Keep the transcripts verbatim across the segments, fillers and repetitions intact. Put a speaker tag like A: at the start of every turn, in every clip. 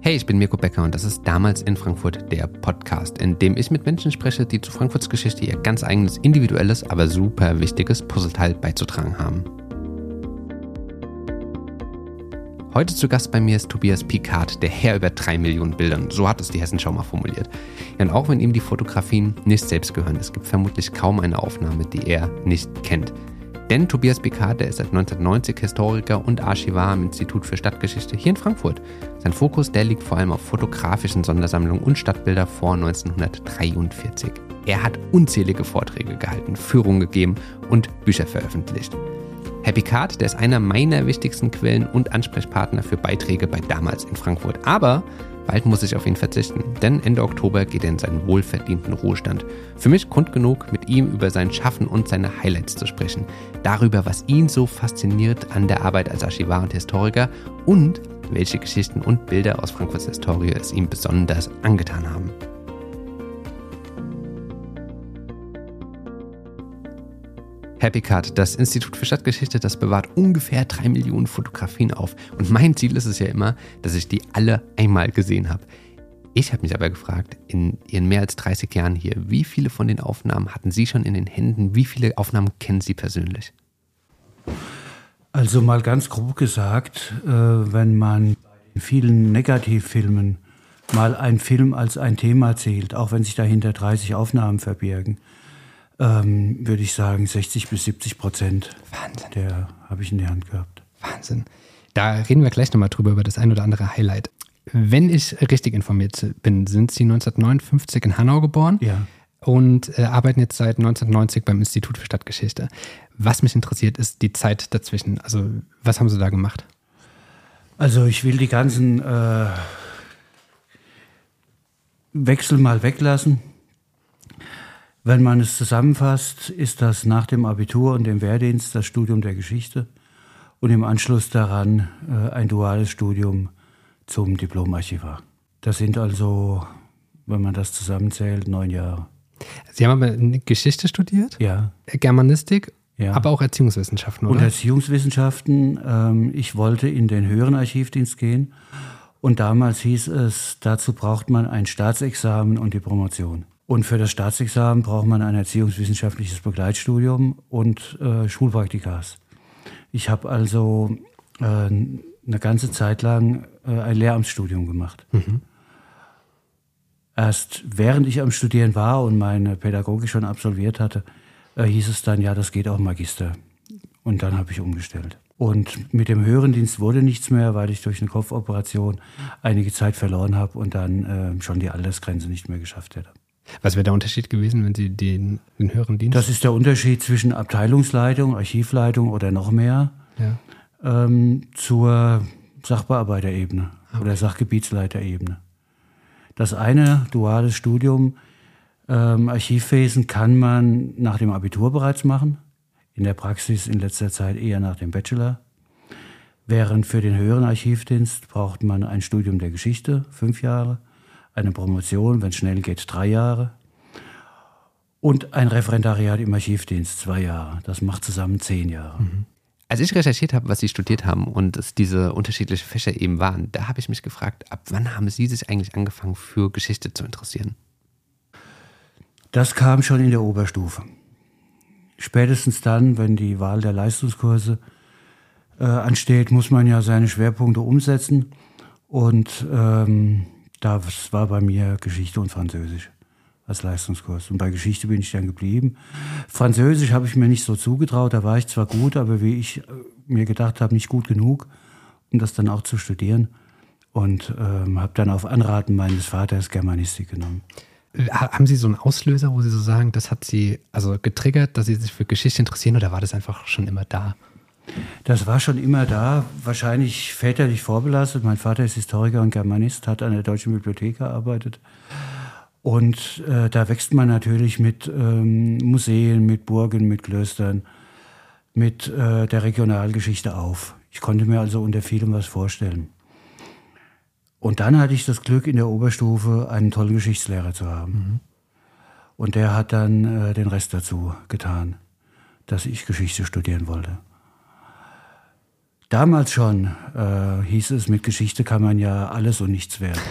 A: Hey, ich bin Mirko Becker und das ist Damals in Frankfurt, der Podcast, in dem ich mit Menschen spreche, die zu Frankfurts Geschichte ihr ganz eigenes, individuelles, aber super wichtiges Puzzleteil beizutragen haben. Heute zu Gast bei mir ist Tobias Picard, der Herr über drei Millionen Bildern. So hat es die Hessenschau mal formuliert. Ja, und auch wenn ihm die Fotografien nicht selbst gehören, es gibt vermutlich kaum eine Aufnahme, die er nicht kennt. Denn Tobias Picard, der ist seit neunzehnhundertneunzig Historiker und Archivar am Institut für Stadtgeschichte hier in Frankfurt. Sein Fokus, der liegt vor allem auf fotografischen Sondersammlungen und Stadtbilder vor neunzehnhundertdreiundvierzig. Er hat unzählige Vorträge gehalten, Führungen gegeben und Bücher veröffentlicht. Herr Picard, der ist einer meiner wichtigsten Quellen und Ansprechpartner für Beiträge bei Damals in Frankfurt. Aber bald muss ich auf ihn verzichten, denn Ende Oktober geht er in seinen wohlverdienten Ruhestand. Für mich Grund genug, mit ihm über sein Schaffen und seine Highlights zu sprechen. Darüber, was ihn so fasziniert an der Arbeit als Archivar und Historiker und welche Geschichten und Bilder aus Frankfurts Historie es ihm besonders angetan haben. Herr Picard, das Institut für Stadtgeschichte, das bewahrt ungefähr drei Millionen Fotografien auf. Und mein Ziel ist es ja immer, dass ich die alle einmal gesehen habe. Ich habe mich aber gefragt, in Ihren mehr als dreißig Jahren hier, wie viele von den Aufnahmen hatten Sie schon in den Händen? Wie viele Aufnahmen kennen Sie persönlich?
B: Also mal ganz grob gesagt, äh, wenn man in vielen Negativfilmen mal einen Film als ein Thema zählt, auch wenn sich dahinter dreißig Aufnahmen verbirgen, Ähm, würde ich sagen, sechzig bis siebzig Prozent.
A: Wahnsinn.
B: Der habe ich in der Hand gehabt.
A: Wahnsinn. Da reden wir gleich nochmal drüber, über das ein oder andere Highlight. Wenn ich richtig informiert bin, sind Sie neunzehnhundertneunundfünfzig in Hanau geboren.
B: Ja.
A: Und äh, arbeiten jetzt seit neunzehnhundertneunzig beim Institut für Stadtgeschichte. Was mich interessiert, ist die Zeit dazwischen. Also, was haben Sie da gemacht?
B: Also, ich will die ganzen äh, Wechsel mal weglassen. Wenn man es zusammenfasst, ist das nach dem Abitur und dem Wehrdienst das Studium der Geschichte und im Anschluss daran äh, ein duales Studium zum Diplomarchivar. Das sind also, wenn man das zusammenzählt, neun Jahre.
A: Sie haben aber Geschichte studiert?
B: Ja.
A: Germanistik,
B: ja.
A: Aber auch Erziehungswissenschaften, oder?
B: Und Erziehungswissenschaften. Ähm, ich wollte in den höheren Archivdienst gehen und damals hieß es, dazu braucht man ein Staatsexamen und die Promotion. Und für das Staatsexamen braucht man ein erziehungswissenschaftliches Begleitstudium und äh, Schulpraktikas. Ich habe also äh, eine ganze Zeit lang äh, ein Lehramtsstudium gemacht. Mhm. Erst während ich am Studieren war und meine Pädagogik schon absolviert hatte, äh, hieß es dann, ja, das geht auch Magister. Und dann habe ich umgestellt. Und mit dem höheren Dienst wurde nichts mehr, weil ich durch eine Kopfoperation einige Zeit verloren habe und dann äh, schon die Altersgrenze nicht mehr geschafft hätte.
A: Was wäre der Unterschied gewesen, wenn Sie den, den höheren Dienst...
B: Das ist der Unterschied zwischen Abteilungsleitung, Archivleitung oder noch mehr
A: ja.
B: ähm, zur Sachbearbeiterebene okay. oder Sachgebietsleiterebene. Das eine, duales Studium, ähm, Archivwesen kann man nach dem Abitur bereits machen, in der Praxis in letzter Zeit eher nach dem Bachelor. Während für den höheren Archivdienst braucht man ein Studium der Geschichte, fünf Jahre, eine Promotion, wenn es schnell geht, drei Jahre und ein Referendariat im Archivdienst, zwei Jahre. Das macht zusammen zehn Jahre. Mhm.
A: Als ich recherchiert habe, was Sie studiert haben und es diese unterschiedlichen Fächer eben waren, da habe ich mich gefragt, ab wann haben Sie sich eigentlich angefangen für Geschichte zu interessieren?
B: Das kam schon in der Oberstufe. Spätestens dann, wenn die Wahl der Leistungskurse äh, ansteht, muss man ja seine Schwerpunkte umsetzen und ähm, das war bei mir Geschichte und Französisch als Leistungskurs. Und bei Geschichte bin ich dann geblieben. Französisch habe ich mir nicht so zugetraut. Da war ich zwar gut, aber wie ich mir gedacht habe, nicht gut genug, um das dann auch zu studieren. Und ähm, habe dann auf Anraten meines Vaters Germanistik genommen.
A: Haben Sie so einen Auslöser, wo Sie so sagen, das hat Sie also getriggert, dass Sie sich für Geschichte interessieren, oder war das einfach schon immer da?
B: Das war schon immer da, wahrscheinlich väterlich vorbelastet. Mein Vater ist Historiker und Germanist, hat an der Deutschen Bibliothek gearbeitet. Und äh, da wächst man natürlich mit ähm, Museen, mit Burgen, mit Klöstern, mit äh, der Regionalgeschichte auf. Ich konnte mir also unter vielem was vorstellen. Und dann hatte ich das Glück, in der Oberstufe einen tollen Geschichtslehrer zu haben. Mhm. Und der hat dann äh, den Rest dazu getan, dass ich Geschichte studieren wollte. Damals schon äh, hieß es, mit Geschichte kann man ja alles und nichts werden.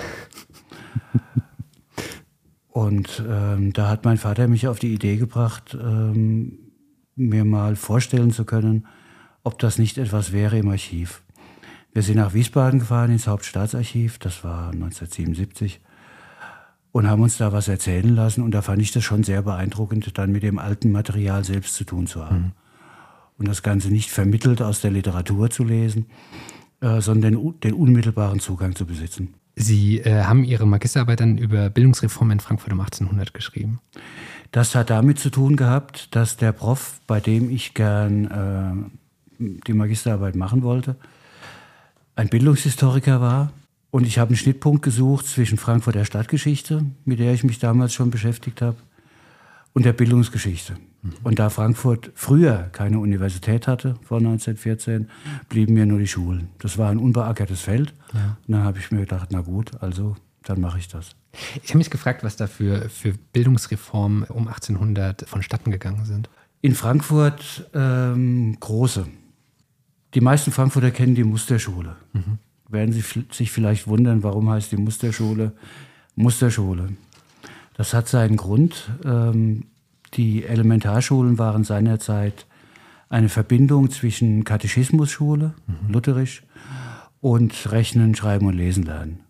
B: Und ähm, da hat mein Vater mich auf die Idee gebracht, ähm, mir mal vorstellen zu können, ob das nicht etwas wäre im Archiv. Wir sind nach Wiesbaden gefahren, ins Hauptstaatsarchiv, das war neunzehnhundertsiebenundsiebzig, und haben uns da was erzählen lassen. Und da fand ich das schon sehr beeindruckend, dann mit dem alten Material selbst zu tun zu haben. Mhm. Und das Ganze nicht vermittelt aus der Literatur zu lesen, äh, sondern den, den unmittelbaren Zugang zu besitzen.
A: Sie äh, haben Ihre Magisterarbeit dann über Bildungsreform in Frankfurt um achtzehnhundert geschrieben.
B: Das hat damit zu tun gehabt, dass der Prof, bei dem ich gern äh, die Magisterarbeit machen wollte, ein Bildungshistoriker war. Und ich habe einen Schnittpunkt gesucht zwischen Frankfurter Stadtgeschichte, mit der ich mich damals schon beschäftigt habe, und der Bildungsgeschichte. Mhm. Und da Frankfurt früher keine Universität hatte, vor neunzehnhundertvierzehn, blieben mir nur die Schulen. Das war ein unbeackertes Feld. Ja. Und dann habe ich mir gedacht, na gut, also dann mache ich das.
A: Ich habe mich gefragt, was da für, für Bildungsreformen um achtzehnhundert vonstatten gegangen sind.
B: In Frankfurt ähm, große. Die meisten Frankfurter kennen die Musterschule. Mhm. Werden Sie sich vielleicht wundern, warum heißt die Musterschule Musterschule. Das hat seinen Grund. Ähm, die Elementarschulen waren seinerzeit eine Verbindung zwischen Katechismusschule, mhm. lutherisch, und Rechnen, Schreiben und Lesen lernen.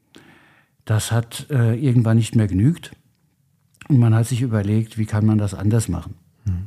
B: Das hat äh, irgendwann nicht mehr genügt. Und man hat sich überlegt, wie kann man das anders machen? Mhm.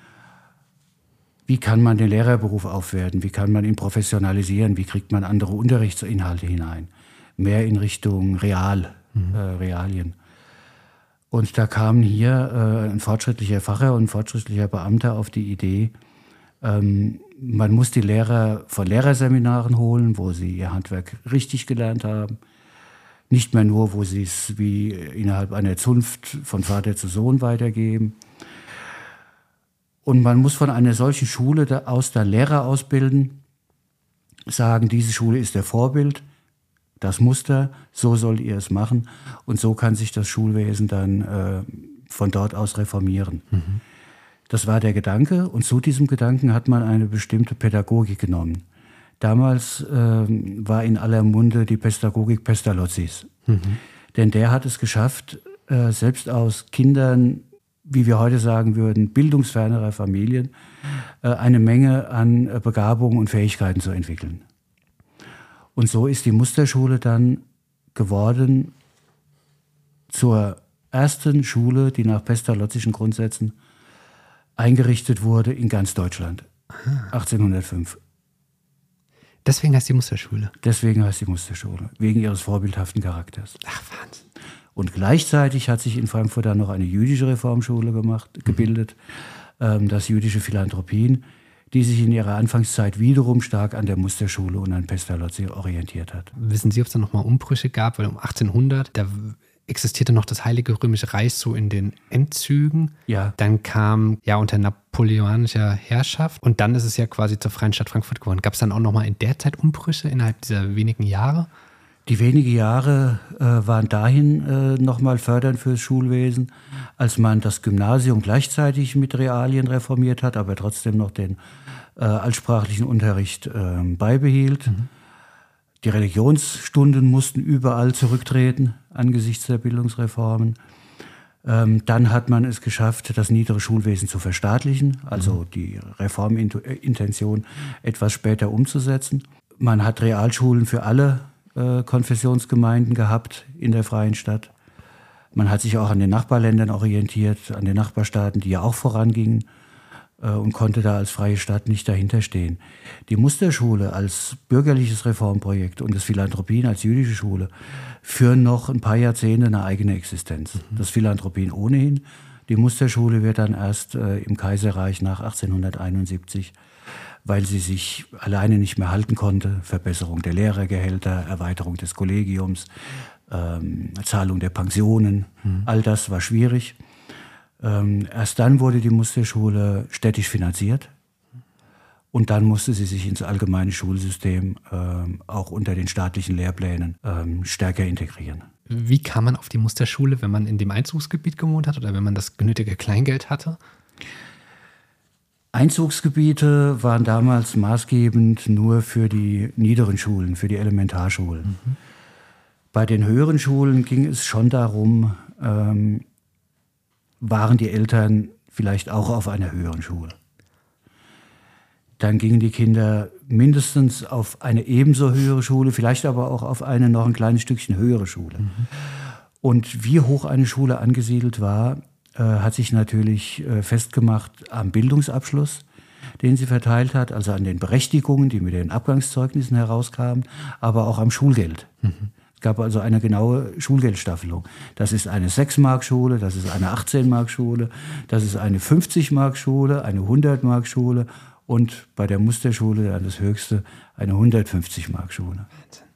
B: Wie kann man den Lehrerberuf aufwerten? Wie kann man ihn professionalisieren? Wie kriegt man andere Unterrichtsinhalte hinein? Mehr in Richtung Real, mhm. äh, Realien. Und da kam hier äh, ein fortschrittlicher Pfarrer und ein fortschrittlicher Beamter auf die Idee, ähm, man muss die Lehrer von Lehrerseminaren holen, wo sie ihr Handwerk richtig gelernt haben. Nicht mehr nur, wo sie es wie innerhalb einer Zunft von Vater zu Sohn weitergeben. Und man muss von einer solchen Schule aus dann Lehrer ausbilden, sagen, diese Schule ist der Vorbild, das Muster, so sollt ihr es machen. Und so kann sich das Schulwesen dann äh, von dort aus reformieren. Mhm. Das war der Gedanke, und zu diesem Gedanken hat man eine bestimmte Pädagogik genommen. Damals äh, war in aller Munde die Pädagogik Pestalozzis. Mhm. Denn der hat es geschafft, äh, selbst aus Kindern, wie wir heute sagen würden, bildungsfernerer Familien, äh, eine Menge an äh, Begabungen und Fähigkeiten zu entwickeln. Und so ist die Musterschule dann geworden zur ersten Schule, die nach pestalozzischen Grundsätzen eingerichtet wurde in ganz Deutschland. Aha. achtzehnhundertfünf.
A: Deswegen heißt die Musterschule?
B: Deswegen heißt die Musterschule, wegen ihres vorbildhaften Charakters.
A: Ach, Wahnsinn.
B: Und gleichzeitig hat sich in Frankfurt dann noch eine jüdische Reformschule gemacht, gebildet, mhm. das Jüdische Philanthropien, die sich in ihrer Anfangszeit wiederum stark an der Musterschule und an Pestalozzi orientiert hat.
A: Wissen Sie, ob es da nochmal Umbrüche gab? Weil um achtzehnhundert, da existierte noch das Heilige Römische Reich so in den Endzügen.
B: Ja.
A: Dann kam ja unter napoleonischer Herrschaft und dann ist es ja quasi zur Freien Stadt Frankfurt geworden. Gab es dann auch nochmal in der Zeit Umbrüche innerhalb dieser wenigen Jahre?
B: Die wenigen Jahre äh, waren dahin äh, nochmal fördernd fürs Schulwesen, als man das Gymnasium gleichzeitig mit Realien reformiert hat, aber trotzdem noch den äh, altsprachlichen Unterricht äh, beibehielt. Mhm. Die Religionsstunden mussten überall zurücktreten angesichts der Bildungsreformen. Ähm, dann hat man es geschafft, das niedere Schulwesen zu verstaatlichen, also mhm. die Reformintention etwas später umzusetzen. Man hat Realschulen für alle äh, Konfessionsgemeinden gehabt in der Freien Stadt. Man hat sich auch an den Nachbarländern orientiert, an den Nachbarstaaten, die ja auch vorangingen, äh, und konnte da als freie Stadt nicht dahinter stehen. Die Musterschule als bürgerliches Reformprojekt und das Philanthropien als jüdische Schule führen noch ein paar Jahrzehnte eine eigene Existenz. Mhm. Das Philanthropien ohnehin. Die Musterschule wird dann erst äh, im Kaiserreich nach achtzehnhunderteinundsiebzig, weil sie sich alleine nicht mehr halten konnte, Verbesserung der Lehrergehälter, Erweiterung des Kollegiums, ähm, Zahlung der Pensionen, mhm. all das war schwierig. Ähm, erst dann wurde die Musterschule städtisch finanziert und dann musste sie sich ins allgemeine Schulsystem ähm, auch unter den staatlichen Lehrplänen ähm, stärker integrieren.
A: Wie kam man auf die Musterschule, wenn man in dem Einzugsgebiet gewohnt hat oder wenn man das genötige Kleingeld hatte?
B: Einzugsgebiete waren damals maßgebend nur für die niederen Schulen, für die Elementarschulen. Mhm. Bei den höheren Schulen ging es schon darum, ähm, waren die Eltern vielleicht auch auf einer höheren Schule. Dann gingen die Kinder mindestens auf eine ebenso höhere Schule, vielleicht aber auch auf eine noch ein kleines Stückchen höhere Schule. Mhm. Und wie hoch eine Schule angesiedelt war, äh, hat sich natürlich äh, festgemacht am Bildungsabschluss, den sie verteilt hat, also an den Berechtigungen, die mit den Abgangszeugnissen herauskamen, aber auch am Schulgeld. Mhm. Es gab also eine genaue Schulgeldstaffelung. Das ist eine sechs-Mark-Schule, das ist eine achtzehn-Mark-Schule, das ist eine fünfzig-Mark-Schule, eine hundert-Mark-Schule und bei der Musterschule dann das höchste, eine hundertfünfzig-Mark-Schule.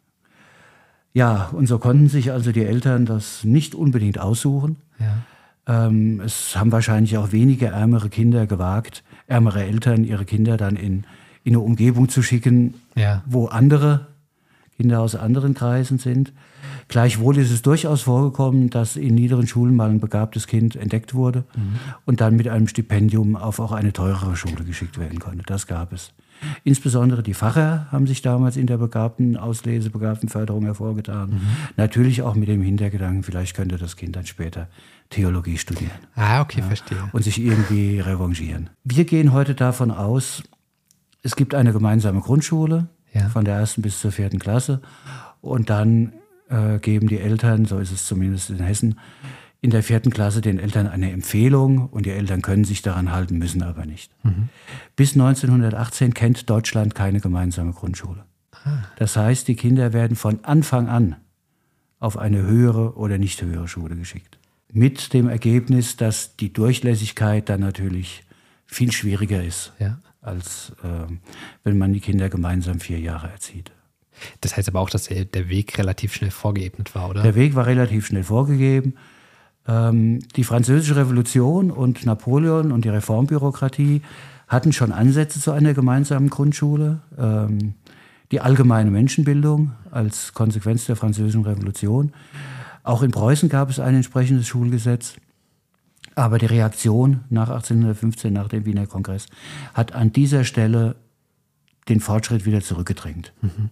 B: Ja, und so konnten sich also die Eltern das nicht unbedingt aussuchen. Ja. Ähm, es haben wahrscheinlich auch wenige ärmere Kinder gewagt, ärmere Eltern ihre Kinder dann in, in eine Umgebung zu schicken, ja. wo andere Kinder aus anderen Kreisen sind. Gleichwohl ist es durchaus vorgekommen, dass in niederen Schulen mal ein begabtes Kind entdeckt wurde mhm. und dann mit einem Stipendium auf auch eine teurere Schule geschickt werden konnte. Das gab es. Insbesondere die Pfarrer haben sich damals in der begabten Auslese, begabten Förderung hervorgetan. Mhm. Natürlich auch mit dem Hintergedanken, vielleicht könnte das Kind dann später Theologie studieren.
A: Ah, okay,
B: ja,
A: verstehe.
B: Und sich irgendwie revanchieren. Wir gehen heute davon aus, es gibt eine gemeinsame Grundschule, ja. von der ersten bis zur vierten Klasse. Und dann äh, geben die Eltern, so ist es zumindest in Hessen, in der vierten Klasse den Eltern eine Empfehlung und die Eltern können sich daran halten, müssen aber nicht. Mhm. Bis neunzehnhundertachtzehn kennt Deutschland keine gemeinsame Grundschule. Ah. Das heißt, die Kinder werden von Anfang an auf eine höhere oder nicht höhere Schule geschickt. Mit dem Ergebnis, dass die Durchlässigkeit dann natürlich viel schwieriger ist, ja. als äh, wenn man die Kinder gemeinsam vier Jahre erzieht.
A: Das heißt aber auch, dass der, der Weg relativ schnell vorgeebnet war, oder?
B: Der Weg war relativ schnell vorgegeben. Ähm, die Französische Revolution und Napoleon und die Reformbürokratie hatten schon Ansätze zu einer gemeinsamen Grundschule. Ähm, die allgemeine Menschenbildung als Konsequenz der Französischen Revolution. Auch in Preußen gab es ein entsprechendes Schulgesetz. Aber die Reaktion nach achtzehnhundertfünfzehn, nach dem Wiener Kongress, hat an dieser Stelle den Fortschritt wieder zurückgedrängt. Mhm.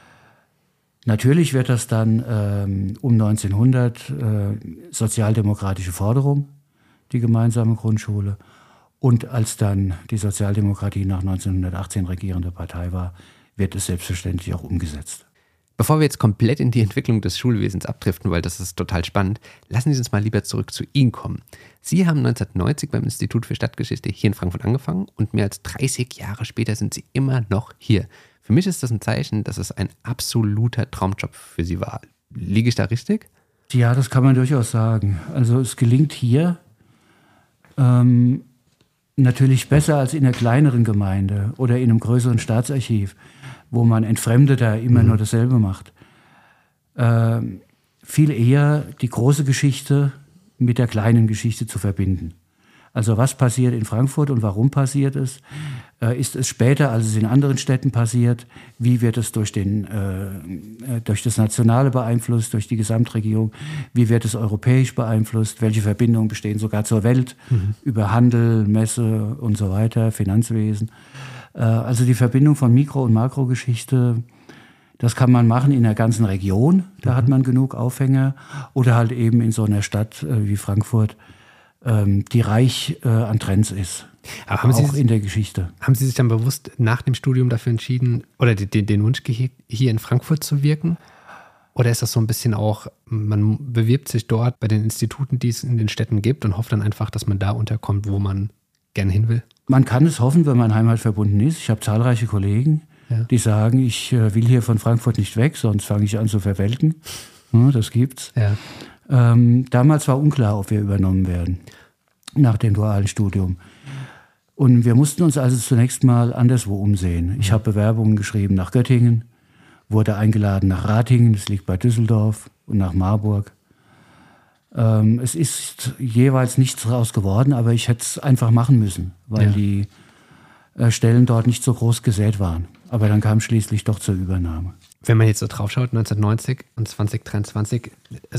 B: Natürlich wird das dann ähm, um neunzehnhundert äh, sozialdemokratische Forderung, die gemeinsame Grundschule. Und als dann die Sozialdemokratie nach neunzehnhundertachtzehn regierende Partei war, wird es selbstverständlich auch umgesetzt.
A: Bevor wir jetzt komplett in die Entwicklung des Schulwesens abdriften, weil das ist total spannend, lassen Sie uns mal lieber zurück zu Ihnen kommen. Sie haben neunzehnhundertneunzig beim Institut für Stadtgeschichte hier in Frankfurt angefangen und mehr als dreißig Jahre später sind Sie immer noch hier. Für mich ist das ein Zeichen, dass es ein absoluter Traumjob für Sie war. Liege ich da richtig?
B: Ja, das kann man durchaus sagen. Also es gelingt hier ähm, natürlich besser als in einer kleineren Gemeinde oder in einem größeren Staatsarchiv, wo man Entfremdeter immer mhm. nur dasselbe macht. Ähm, viel eher die große Geschichte mit der kleinen Geschichte zu verbinden. Also was passiert in Frankfurt und warum passiert es? Äh, ist es später, als es in anderen Städten passiert? Wie wird es durch, den, äh, durch das Nationale beeinflusst, durch die Gesamtregierung? Wie wird es europäisch beeinflusst? Welche Verbindungen bestehen sogar zur Welt mhm. über Handel, Messe und so weiter, Finanzwesen? Äh, also die Verbindung von Mikro- und Makrogeschichte, das kann man machen in der ganzen Region, da mhm. hat man genug Aufhänger. Oder halt eben in so einer Stadt äh, wie Frankfurt, die reich äh, an Trends ist, aber haben auch Sie, in der Geschichte.
A: Haben Sie sich dann bewusst nach dem Studium dafür entschieden oder den, den Wunsch gehegt, hier in Frankfurt zu wirken? Oder ist das so ein bisschen auch, man bewirbt sich dort bei den Instituten, die es in den Städten gibt und hofft dann einfach, dass man da unterkommt, wo man gerne hin will?
B: Man kann es hoffen, wenn man heimatverbunden ist. Ich habe zahlreiche Kollegen, ja. die sagen, ich äh, will hier von Frankfurt nicht weg, sonst fange ich an zu verwelken. Hm, das gibt's. Ja. Ähm, damals war unklar, ob wir übernommen werden, nach dem dualen Studium. Und wir mussten uns also zunächst mal anderswo umsehen. Ich habe Bewerbungen geschrieben nach Göttingen, wurde eingeladen nach Ratingen, das liegt bei Düsseldorf, und nach Marburg. Ähm, es ist jeweils nichts daraus geworden, aber ich hätte es einfach machen müssen, weil ja. die äh, Stellen dort nicht so groß gesät waren. Aber dann kam schließlich doch zur Übernahme.
A: Wenn man jetzt so drauf schaut, neunzehnhundertneunzig und zwanzig dreiundzwanzig, also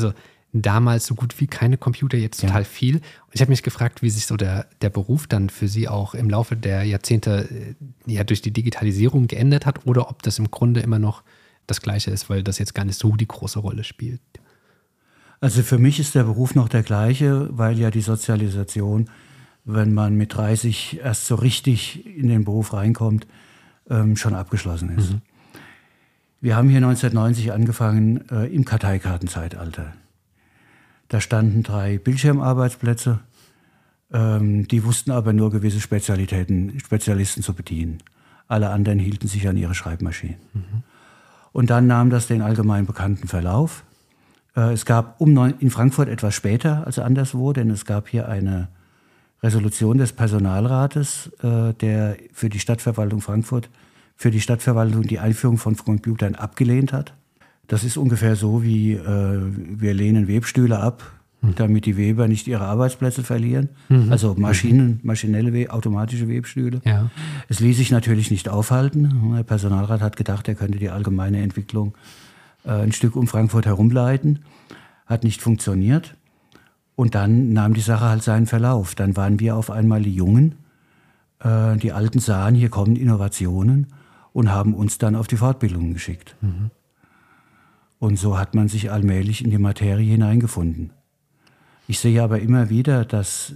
A: damals so gut wie keine Computer, jetzt total ja. viel. Und ich habe mich gefragt, wie sich so der, der Beruf dann für Sie auch im Laufe der Jahrzehnte ja durch die Digitalisierung geändert hat oder ob das im Grunde immer noch das Gleiche ist, weil das jetzt gar nicht so die große Rolle spielt.
B: Also für mich ist der Beruf noch der gleiche, weil ja die Sozialisation, wenn man mit dreißig erst so richtig in den Beruf reinkommt, ähm, schon abgeschlossen ist. Mhm. Wir haben hier neunzehnhundertneunzig angefangen äh, im Karteikartenzeitalter. Da standen drei Bildschirmarbeitsplätze, ähm, die wussten aber nur gewisse Spezialitäten, Spezialisten zu bedienen. Alle anderen hielten sich an ihre Schreibmaschinen. Mhm. Und dann nahm das den allgemein bekannten Verlauf. Äh, es gab um neun, in Frankfurt etwas später als anderswo, denn es gab hier eine Resolution des Personalrates, äh, der für die Stadtverwaltung Frankfurt, für die Stadtverwaltung die Einführung von Computern abgelehnt hat. Das ist ungefähr so wie, äh, wir lehnen Webstühle ab, mhm. damit die Weber nicht ihre Arbeitsplätze verlieren. Mhm. Also Maschinen, maschinelle, We- automatische Webstühle. Ja. Es ließ sich natürlich nicht aufhalten. Der Personalrat hat gedacht, er könnte die allgemeine Entwicklung äh, ein Stück um Frankfurt herumleiten. Hat nicht funktioniert. Und dann nahm die Sache halt seinen Verlauf. Dann waren wir auf einmal die Jungen. Äh, die Alten sahen, hier kommen Innovationen und haben uns dann auf die Fortbildungen geschickt. Mhm. Und so hat man sich allmählich in die Materie hineingefunden. Ich sehe aber immer wieder, dass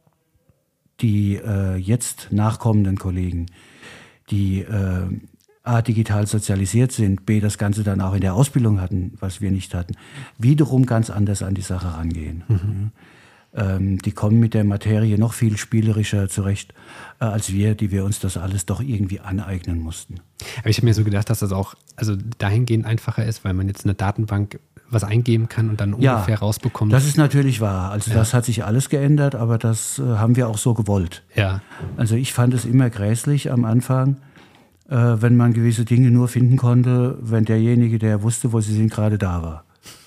B: die äh, jetzt nachkommenden Kollegen, die äh, A, digital sozialisiert sind, B, das Ganze dann auch in der Ausbildung hatten, was wir nicht hatten, wiederum ganz anders an die Sache rangehen. Mhm. Ähm, die kommen mit der Materie noch viel spielerischer zurecht, äh, als wir, die wir uns das alles doch irgendwie aneignen mussten.
A: Aber ich habe mir so gedacht, dass das auch also dahingehend einfacher ist, weil man jetzt in der Datenbank was eingeben kann und dann ungefähr ja, rausbekommt.
B: Das ist natürlich wahr. Also ja. das hat sich alles geändert, aber das äh, haben wir auch so gewollt. Ja. Also ich fand es immer grässlich am Anfang, äh, wenn man gewisse Dinge nur finden konnte, wenn derjenige, der wusste, wo sie sind, gerade da war.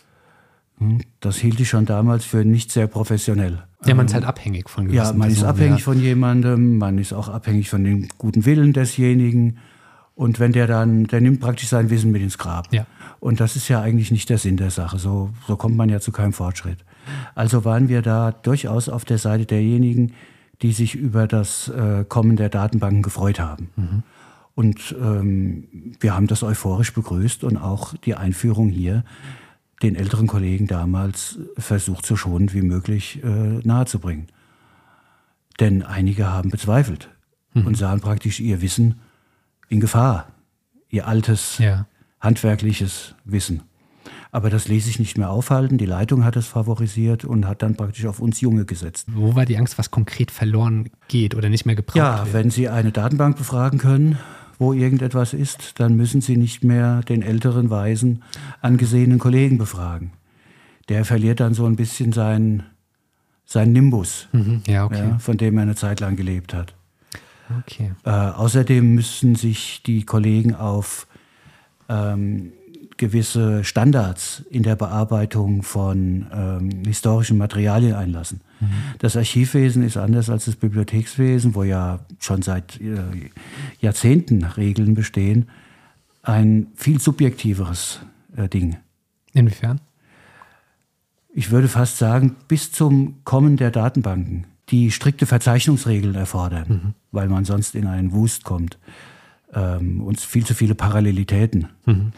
B: Hm? Das hielt ich schon damals für nicht sehr professionell.
A: Ja, man ist halt abhängig von gewissen
B: Ja, man Personen, ist abhängig ja. von jemandem, man ist auch abhängig von dem guten Willen desjenigen. Und wenn der dann, der nimmt praktisch sein Wissen mit ins Grab. Ja. Und das ist ja eigentlich nicht der Sinn der Sache. So, so kommt man ja zu keinem Fortschritt. Also waren wir da durchaus auf der Seite derjenigen, die sich über das äh, Kommen der Datenbanken gefreut haben. Mhm. Und ähm, wir haben das euphorisch begrüßt und auch die Einführung hier den älteren Kollegen damals versucht, so schonend wie möglich äh, nahezubringen. Denn einige haben bezweifelt mhm. und sahen praktisch ihr Wissen in Gefahr, ihr altes, ja. handwerkliches Wissen. Aber das ließ sich nicht mehr aufhalten. Die Leitung hat es favorisiert und hat dann praktisch auf uns Junge gesetzt.
A: Wo war die Angst, was konkret verloren geht oder nicht mehr gebraucht
B: ja,
A: wird?
B: Ja, wenn Sie eine Datenbank befragen können, wo irgendetwas ist, dann müssen Sie nicht mehr den älteren, weisen, angesehenen Kollegen befragen. Der verliert dann so ein bisschen seinen, seinen Nimbus, mhm. ja, okay. ja, von dem er eine Zeit lang gelebt hat. Okay. Äh, außerdem müssen sich die Kollegen auf ähm, gewisse Standards in der Bearbeitung von ähm, historischen Materialien einlassen. Mhm. Das Archivwesen ist anders als das Bibliothekswesen, wo ja schon seit äh, Jahrzehnten Regeln bestehen, ein viel subjektiveres äh, Ding.
A: Inwiefern?
B: Ich würde fast sagen, bis zum Kommen der Datenbanken, die strikte Verzeichnungsregeln erfordern, mhm. weil man sonst in einen Wust kommt ähm, und viel zu viele Parallelitäten, mhm.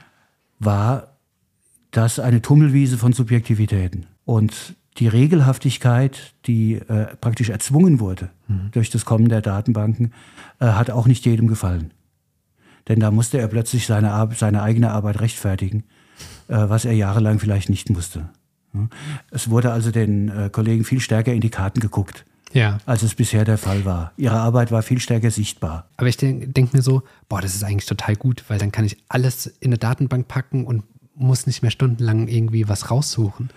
B: war das eine Tummelwiese von Subjektivitäten. Und die Regelhaftigkeit, die äh, praktisch erzwungen wurde mhm. durch das Kommen der Datenbanken, äh, hat auch nicht jedem gefallen. Denn da musste er plötzlich seine, Ar- seine eigene Arbeit rechtfertigen, äh, was er jahrelang vielleicht nicht musste. Es wurde also den äh, Kollegen viel stärker in die Karten geguckt, ja. als es bisher der Fall war. Ihre Arbeit war viel stärker sichtbar.
A: Aber ich denke denk mir so, boah, das ist eigentlich total gut, weil dann kann ich alles in eine Datenbank packen und muss nicht mehr stundenlang irgendwie was raussuchen.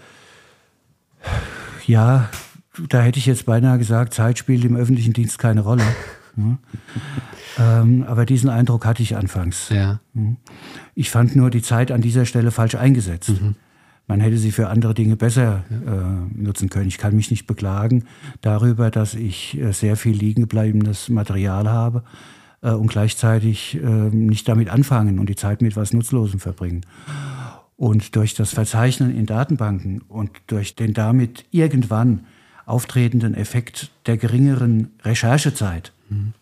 B: Ja, da hätte ich jetzt beinahe gesagt, Zeit spielt im öffentlichen Dienst keine Rolle. ja. ähm, aber diesen Eindruck hatte ich anfangs. Ja. Ich fand nur die Zeit an dieser Stelle falsch eingesetzt. Mhm. Man hätte sie für andere Dinge besser äh, nutzen können. Ich kann mich nicht beklagen darüber, dass ich äh, sehr viel liegengebleibenes Material habe äh, und gleichzeitig äh, nicht damit anfangen und die Zeit mit etwas Nutzlosem verbringen. Und durch das Verzeichnen in Datenbanken und durch den damit irgendwann auftretenden Effekt der geringeren Recherchezeit mhm.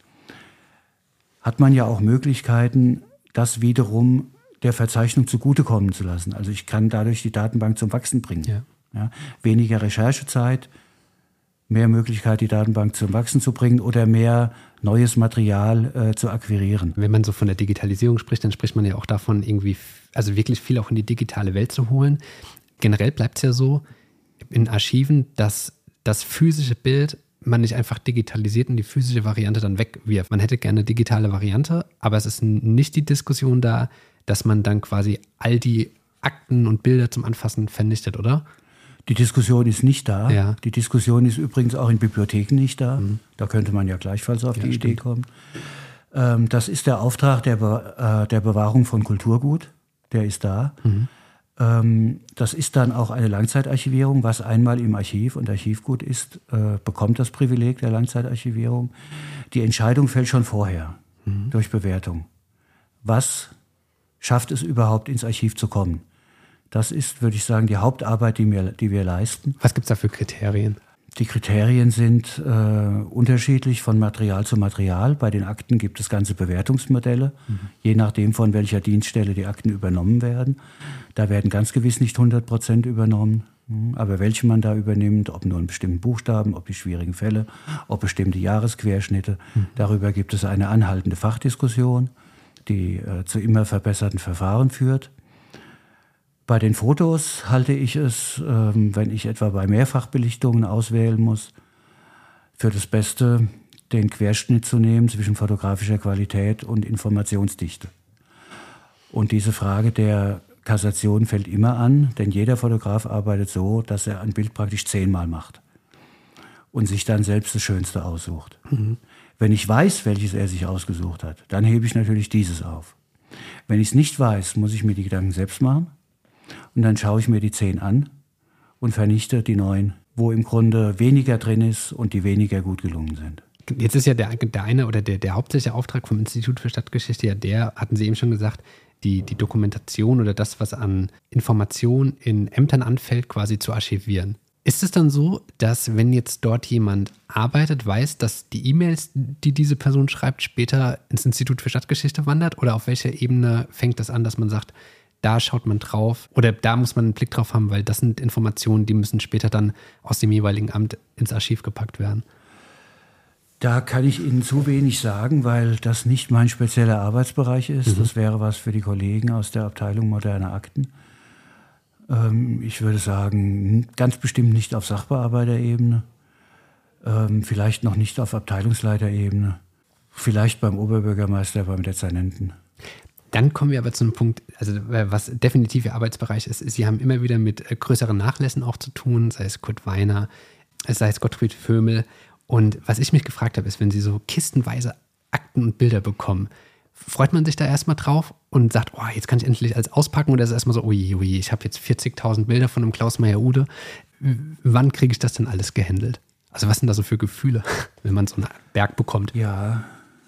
B: hat man ja auch Möglichkeiten, das wiederum der Verzeichnung zugutekommen zu lassen. Also ich kann dadurch die Datenbank zum Wachsen bringen. Ja. Ja, weniger Recherchezeit, mehr Möglichkeit, die Datenbank zum Wachsen zu bringen oder mehr neues Material äh, zu akquirieren.
A: Wenn man so von der Digitalisierung spricht, dann spricht man ja auch davon, irgendwie, also wirklich viel auch in die digitale Welt zu holen. Generell bleibt es ja so in Archiven, dass das physische Bild man nicht einfach digitalisiert und die physische Variante dann wegwirft. Man hätte gerne eine digitale Variante, aber es ist nicht die Diskussion da, dass man dann quasi all die Akten und Bilder zum Anfassen vernichtet, oder?
B: Die Diskussion ist nicht da.
A: Ja.
B: Die Diskussion ist übrigens auch in Bibliotheken nicht da. Mhm. Da könnte man ja gleichfalls auf ja, die stimmt. Idee kommen. Ähm, das ist der Auftrag der, Be- äh, der Bewahrung von Kulturgut. Der ist da. Mhm. Ähm, das ist dann auch eine Langzeitarchivierung. Was einmal im Archiv und Archivgut ist, äh, bekommt das Privileg der Langzeitarchivierung. Die Entscheidung fällt schon vorher mhm. durch Bewertung. Was schafft es überhaupt, ins Archiv zu kommen? Das ist, würde ich sagen, die Hauptarbeit, die wir, die wir leisten.
A: Was gibt es da für Kriterien?
B: Die Kriterien sind äh, unterschiedlich von Material zu Material. Bei den Akten gibt es ganze Bewertungsmodelle, mhm. je nachdem, von welcher Dienststelle die Akten übernommen werden. Da werden ganz gewiss nicht hundert Prozent übernommen. Aber welche man da übernimmt, ob nur einen bestimmten Buchstaben, ob die schwierigen Fälle, ob bestimmte Jahresquerschnitte, mhm. darüber gibt es eine anhaltende Fachdiskussion, die äh, zu immer verbesserten Verfahren führt. Bei den Fotos halte ich es, ähm, wenn ich etwa bei Mehrfachbelichtungen auswählen muss, für das Beste, den Querschnitt zu nehmen zwischen fotografischer Qualität und Informationsdichte. Und diese Frage der Kassation fällt immer an, denn jeder Fotograf arbeitet so, dass er ein Bild praktisch zehnmal macht und sich dann selbst das Schönste aussucht. Mhm. Wenn ich weiß, welches er sich ausgesucht hat, dann hebe ich natürlich dieses auf. Wenn ich es nicht weiß, muss ich mir die Gedanken selbst machen. Und dann schaue ich mir die zehn an und vernichte die neun, wo im Grunde weniger drin ist und die weniger gut gelungen sind.
A: Jetzt ist ja der, der eine oder der, der hauptsächliche Auftrag vom Institut für Stadtgeschichte ja der, hatten Sie eben schon gesagt, die, die Dokumentation oder das, was an Informationen in Ämtern anfällt, quasi zu archivieren. Ist es dann so, dass wenn jetzt dort jemand arbeitet, weiß, dass die E-Mails, die diese Person schreibt, später ins Institut für Stadtgeschichte wandert? Oder auf welcher Ebene fängt das an, dass man sagt, da schaut man drauf oder da muss man einen Blick drauf haben, weil das sind Informationen, die müssen später dann aus dem jeweiligen Amt ins Archiv gepackt werden?
B: Da kann ich Ihnen zu wenig sagen, weil das nicht mein spezieller Arbeitsbereich ist. Mhm. Das wäre was für die Kollegen aus der Abteilung Moderne Akten. Ähm, ich würde sagen, ganz bestimmt nicht auf Sachbearbeiterebene, ähm, vielleicht noch nicht auf Abteilungsleiterebene, vielleicht beim Oberbürgermeister, beim Dezernenten.
A: Dann kommen wir aber zu einem Punkt, also was definitiv Ihr Arbeitsbereich ist, ist, Sie haben immer wieder mit größeren Nachlässen auch zu tun, sei es Kurt Weiner, sei es Gottfried Vömel. Und was ich mich gefragt habe, ist, wenn Sie so kistenweise Akten und Bilder bekommen, freut man sich da erstmal drauf und sagt, oh, jetzt kann ich endlich alles auspacken, oder ist es erstmal so, ui, ui, ich habe jetzt vierzigtausend Bilder von einem Klaus Meyer-Ude, wann kriege ich das denn alles gehandelt? Also was sind da so für Gefühle, wenn man so einen Berg bekommt?
B: Ja,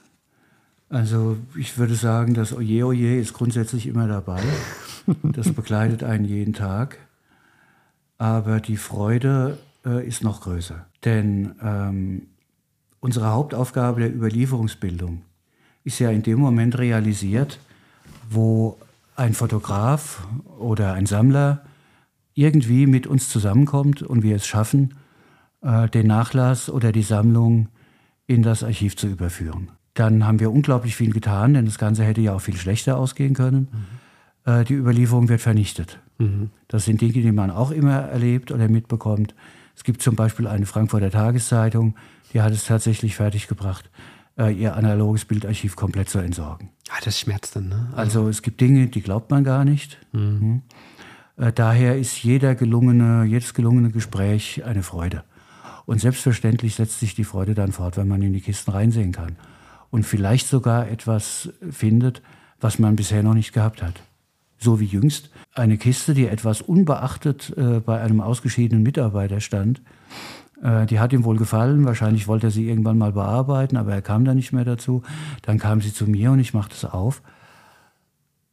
B: also ich würde sagen, das Oje Oje ist grundsätzlich immer dabei. Das begleitet einen jeden Tag. Aber die Freude äh, ist noch größer. Denn ähm, unsere Hauptaufgabe der Überlieferungsbildung ist ja in dem Moment realisiert, wo ein Fotograf oder ein Sammler irgendwie mit uns zusammenkommt und wir es schaffen, äh, den Nachlass oder die Sammlung in das Archiv zu überführen. Dann haben wir unglaublich viel getan, denn das Ganze hätte ja auch viel schlechter ausgehen können. Mhm. Äh, die Überlieferung wird vernichtet. Mhm. Das sind Dinge, die man auch immer erlebt oder mitbekommt. Es gibt zum Beispiel eine Frankfurter Tageszeitung, die hat es tatsächlich fertiggebracht, äh, ihr analoges Bildarchiv komplett zu entsorgen.
A: Ah, das schmerzt dann, ne?
B: Also, also es gibt Dinge, die glaubt man gar nicht. Mhm. Äh, daher ist jeder gelungene, jedes gelungene Gespräch eine Freude. Und selbstverständlich setzt sich die Freude dann fort, wenn man in die Kisten reinsehen kann. Und vielleicht sogar etwas findet, was man bisher noch nicht gehabt hat. So wie jüngst eine Kiste, die etwas unbeachtet äh, bei einem ausgeschiedenen Mitarbeiter stand. Äh, die hat ihm wohl gefallen, wahrscheinlich wollte er sie irgendwann mal bearbeiten, aber er kam da nicht mehr dazu. Dann kam sie zu mir und ich machte es auf.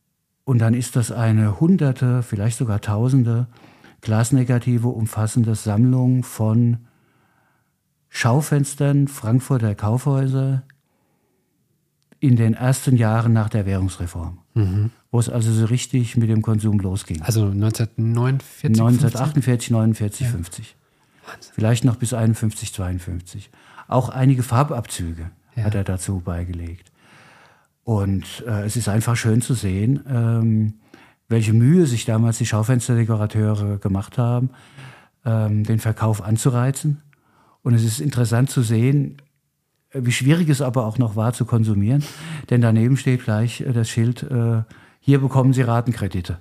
B: Und dann ist das eine hunderte, vielleicht sogar tausende Glasnegative umfassende Sammlung von Schaufenstern Frankfurter Kaufhäuser in den ersten Jahren nach der Währungsreform, mhm. wo es also so richtig mit dem Konsum losging.
A: Also neunzehnhundertneunundvierzig,
B: neunzehnhundertachtundvierzig, neunundvierzig, ja. fünfzig. Wahnsinn. Vielleicht noch bis einundfünfzig, zweiundfünfzig. Auch einige Farbabzüge ja. hat er dazu beigelegt. Und äh, es ist einfach schön zu sehen, ähm, welche Mühe sich damals die Schaufensterdekorateure gemacht haben, ähm, den Verkauf anzureizen. Und es ist interessant zu sehen, wie schwierig es aber auch noch war zu konsumieren. Denn daneben steht gleich äh, das Schild, äh, hier bekommen Sie Ratenkredite.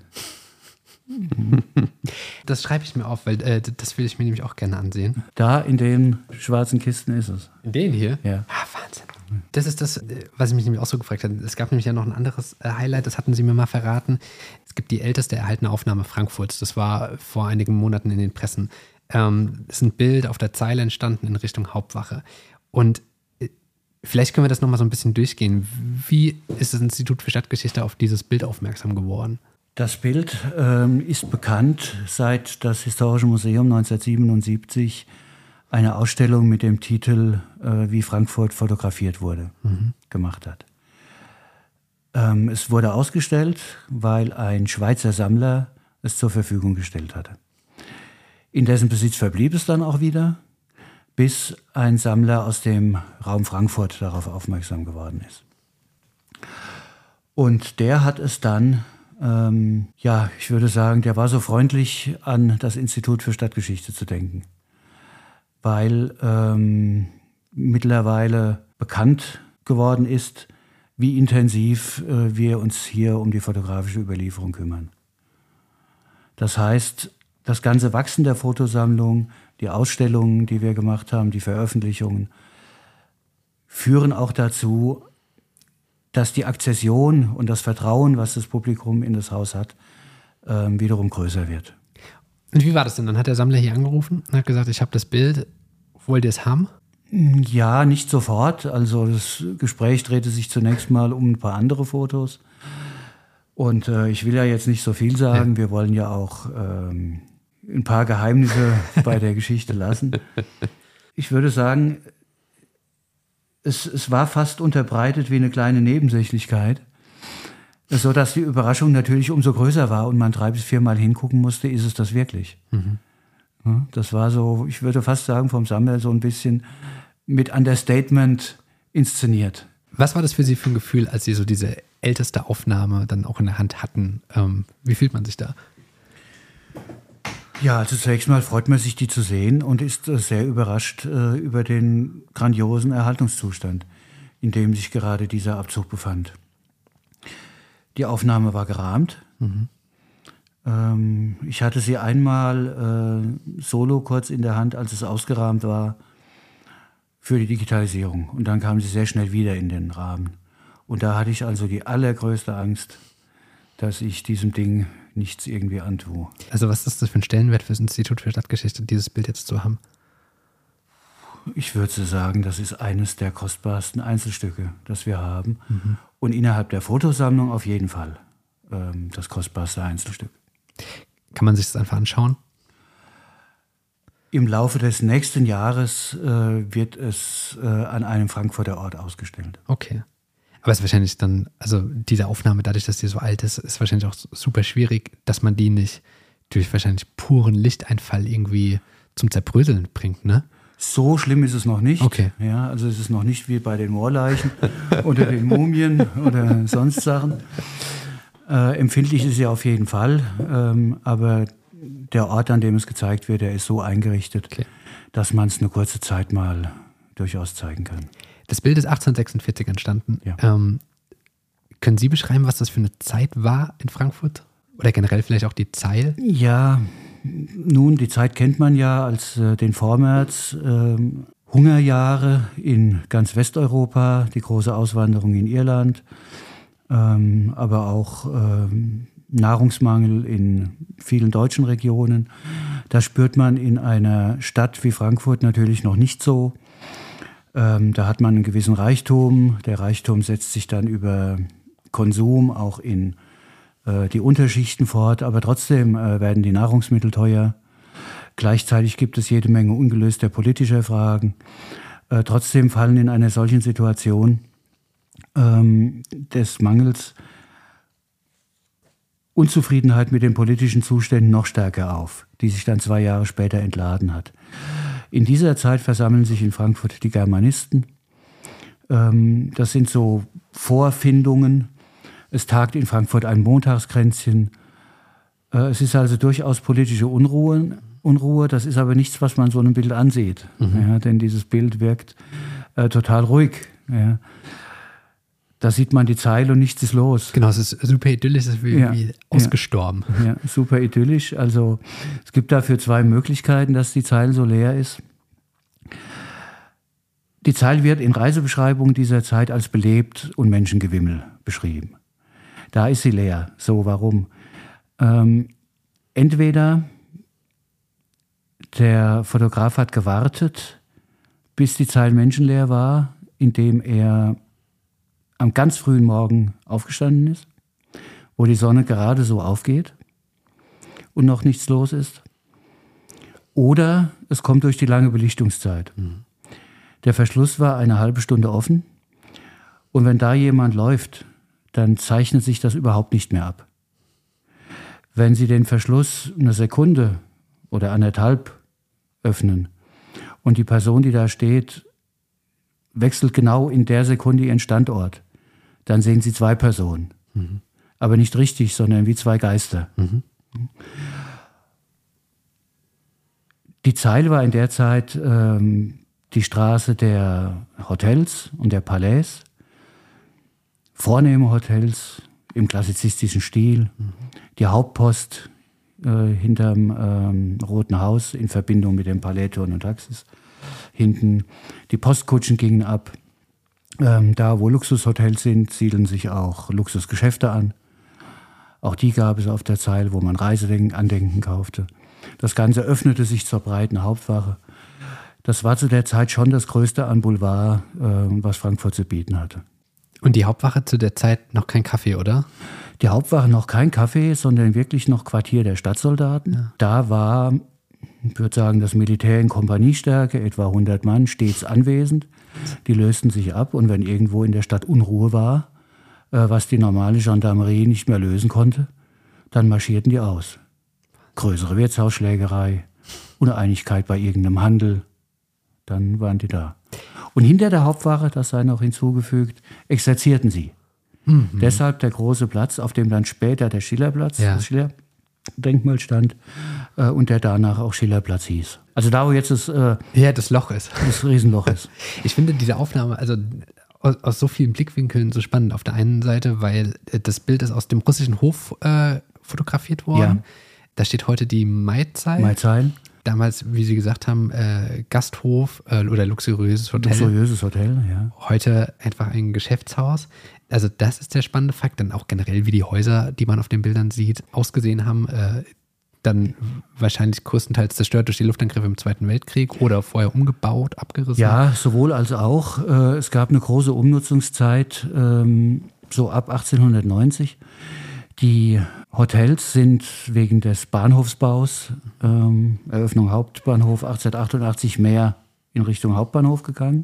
A: Das schreibe ich mir auf, weil äh, das will ich mir nämlich auch gerne ansehen.
B: Da in den schwarzen Kisten ist es.
A: In denen hier?
B: Ja.
A: Ah, Wahnsinn. Das ist das, was ich mich nämlich auch so gefragt habe. Es gab nämlich ja noch ein anderes äh, Highlight, das hatten Sie mir mal verraten. Es gibt die älteste erhaltene Aufnahme Frankfurts. Das war vor einigen Monaten in den Pressen. Ähm, es ist ein Bild auf der Zeile entstanden in Richtung Hauptwache. Und äh, vielleicht können wir das nochmal so ein bisschen durchgehen. Wie ist das Institut für Stadtgeschichte auf dieses Bild aufmerksam geworden?
B: Das Bild ähm, ist bekannt, seit das Historische Museum neunzehnhundertsiebenundsiebzig eine Ausstellung mit dem Titel äh, Wie Frankfurt fotografiert wurde, mhm. gemacht hat. Ähm, es wurde ausgestellt, weil ein Schweizer Sammler es zur Verfügung gestellt hatte. In dessen Besitz verblieb es dann auch wieder, bis ein Sammler aus dem Raum Frankfurt darauf aufmerksam geworden ist. Und der hat es dann Ähm, ja, ich würde sagen, der war so freundlich, an das Institut für Stadtgeschichte zu denken, weil ähm, mittlerweile bekannt geworden ist, wie intensiv äh, wir uns hier um die fotografische Überlieferung kümmern. Das heißt, das ganze Wachsen der Fotosammlung, die Ausstellungen, die wir gemacht haben, die Veröffentlichungen, führen auch dazu, dass die Akzession und das Vertrauen, was das Publikum in das Haus hat, ähm, wiederum größer wird.
A: Und wie war das denn? Dann hat der Sammler hier angerufen und hat gesagt, ich habe das Bild, wollt ihr es haben?
B: Ja, nicht sofort. Also das Gespräch drehte sich zunächst mal um ein paar andere Fotos. Und äh, ich will ja jetzt nicht so viel sagen. Ja. Wir wollen ja auch ähm, ein paar Geheimnisse bei der Geschichte lassen. Ich würde sagen, Es, es war fast unterbreitet wie eine kleine Nebensächlichkeit, sodass die Überraschung natürlich umso größer war und man drei bis viermal hingucken musste, ist es das wirklich? Mhm. Ja, das war so, ich würde fast sagen, vom Sammler so ein bisschen mit Understatement inszeniert.
A: Was war das für Sie für ein Gefühl, als Sie so diese älteste Aufnahme dann auch in der Hand hatten? Ähm, wie fühlt man sich da?
B: Ja, also zunächst mal freut man sich, die zu sehen und ist äh, sehr überrascht äh, über den grandiosen Erhaltungszustand, in dem sich gerade dieser Abzug befand. Die Aufnahme war gerahmt. Mhm. Ähm, ich hatte sie einmal äh, solo kurz in der Hand, als es ausgerahmt war, für die Digitalisierung. Und dann kam sie sehr schnell wieder in den Rahmen. Und da hatte ich also die allergrößte Angst, dass ich diesem Ding nichts irgendwie antue.
A: Also was ist das für ein Stellenwert für das Institut für Stadtgeschichte, dieses Bild jetzt zu haben?
B: Ich würde sagen, das ist eines der kostbarsten Einzelstücke, das wir haben. Mhm. Und innerhalb der Fotosammlung auf jeden Fall ähm, das kostbarste Einzelstück.
A: Kann man sich das einfach anschauen?
B: Im Laufe des nächsten Jahres äh, wird es äh, an einem Frankfurter Ort ausgestellt.
A: Okay. Aber es ist wahrscheinlich dann, also diese Aufnahme, dadurch, dass die so alt ist, ist wahrscheinlich auch super schwierig, dass man die nicht durch wahrscheinlich puren Lichteinfall irgendwie zum Zerbröseln bringt, ne?
B: So schlimm ist es noch nicht.
A: Okay.
B: Ja, also es ist noch nicht wie bei den Moorleichen oder den Mumien oder sonst Sachen. Äh, empfindlich ist sie auf jeden Fall, ähm, aber der Ort, an dem es gezeigt wird, der ist so eingerichtet, okay, dass man es eine kurze Zeit mal durchaus zeigen kann.
A: Das Bild ist achtzehnhundertsechsundvierzig entstanden.
B: Ja.
A: Ähm, können Sie beschreiben, was das für eine Zeit war in Frankfurt? Oder generell vielleicht auch die Zeil?
B: Ja, nun, die Zeit kennt man ja als äh, den Vormärz. Äh, Hungerjahre in ganz Westeuropa, die große Auswanderung in Irland, ähm, aber auch ähm, Nahrungsmangel in vielen deutschen Regionen. Das spürt man in einer Stadt wie Frankfurt natürlich noch nicht so. Ähm, da hat man einen gewissen Reichtum. Der Reichtum setzt sich dann über Konsum auch in äh, die Unterschichten fort, aber trotzdem äh, werden die Nahrungsmittel teuer. Gleichzeitig gibt es jede Menge ungelöster politischer Fragen. Äh, trotzdem fallen in einer solchen Situation ähm, des Mangels Unzufriedenheit mit den politischen Zuständen noch stärker auf, die sich dann zwei Jahre später entladen hat. In dieser Zeit versammeln sich in Frankfurt die Germanisten. Ähm, das sind so Vorfindungen. Es tagt in Frankfurt ein Montagskränzchen. Äh, es ist also durchaus politische Unruhe. Unruhe. Das ist aber nichts, was man so einem Bild ansieht. Mhm. Ja, denn dieses Bild wirkt äh, total ruhig. Ja. Da sieht man die Zeile und nichts ist los.
A: Genau, es ist super idyllisch, es ist wie,
B: ja,
A: wie ausgestorben.
B: Ja, ja, super idyllisch. Also es gibt dafür zwei Möglichkeiten, dass die Zeile so leer ist. Die Zeile wird in Reisebeschreibungen dieser Zeit als belebt und Menschengewimmel beschrieben. Da ist sie leer. So, warum? Ähm, entweder der Fotograf hat gewartet, bis die Zeile menschenleer war, indem er am ganz frühen Morgen aufgestanden ist, wo die Sonne gerade so aufgeht und noch nichts los ist. Oder es kommt durch die lange Belichtungszeit. Mhm. Der Verschluss war eine halbe Stunde offen und wenn da jemand läuft, dann zeichnet sich das überhaupt nicht mehr ab. Wenn Sie den Verschluss eine Sekunde oder anderthalb öffnen und die Person, die da steht, wechselt genau in der Sekunde ihren Standort, dann sehen Sie zwei Personen. Mhm. Aber nicht richtig, sondern wie zwei Geister. Mhm. Die Zeile war in der Zeit ähm, die Straße der Hotels und der Palais, vornehme Hotels im klassizistischen Stil, mhm. die Hauptpost äh, hinterm ähm, Roten Haus in Verbindung mit dem Palais-Turm und Taxis. Hinten die Postkutschen gingen ab. Ähm, da, wo Luxushotels sind, siedeln sich auch Luxusgeschäfte an. Auch die gab es auf der Zeile, wo man Reiseandenken kaufte. Das Ganze öffnete sich zur breiten Hauptwache. Das war zu der Zeit schon das Größte an Boulevard, äh, was Frankfurt zu bieten hatte.
A: Und die Hauptwache zu der Zeit noch kein Kaffee, oder?
B: Die Hauptwache noch kein Kaffee, sondern wirklich noch Quartier der Stadtsoldaten. Ja. Da war, ich würde sagen, das Militär in Kompaniestärke, etwa hundert Mann, stets anwesend. Die lösten sich ab und wenn irgendwo in der Stadt Unruhe war, äh, was die normale Gendarmerie nicht mehr lösen konnte, dann marschierten die aus. Größere Wirtshausschlägerei, Uneinigkeit bei irgendeinem Handel, dann waren die da. Und hinter der Hauptwache, das sei noch hinzugefügt, exerzierten sie. Mhm. Deshalb der große Platz, auf dem dann später der Schillerplatz, ja. das Schiller-Denkmal stand äh, und der danach auch Schillerplatz hieß. Also da, wo jetzt das, äh,
A: ja, das Loch ist.
B: Das Riesenloch ist.
A: Ich finde diese Aufnahme, also aus, aus so vielen Blickwinkeln so spannend. Auf der einen Seite, weil das Bild ist aus dem russischen Hof äh, fotografiert worden. Ja. Da steht heute die Maizeil.
B: Maizeil.
A: Damals, wie Sie gesagt haben, äh, Gasthof äh, oder luxuriöses Hotel.
B: Luxuriöses Hotel, ja.
A: Heute einfach ein Geschäftshaus. Also das ist der spannende Fakt. Dann auch generell, wie die Häuser, die man auf den Bildern sieht, ausgesehen haben. Äh, dann wahrscheinlich größtenteils zerstört durch die Luftangriffe im Zweiten Weltkrieg oder vorher umgebaut, abgerissen.
B: Ja, sowohl als auch. Äh, es gab eine große Umnutzungszeit, ähm, so ab achtzehnhundertneunzig. Die Hotels sind wegen des Bahnhofsbaus, ähm, Eröffnung Hauptbahnhof achtzehnhundertachtundachtzig, mehr in Richtung Hauptbahnhof gegangen.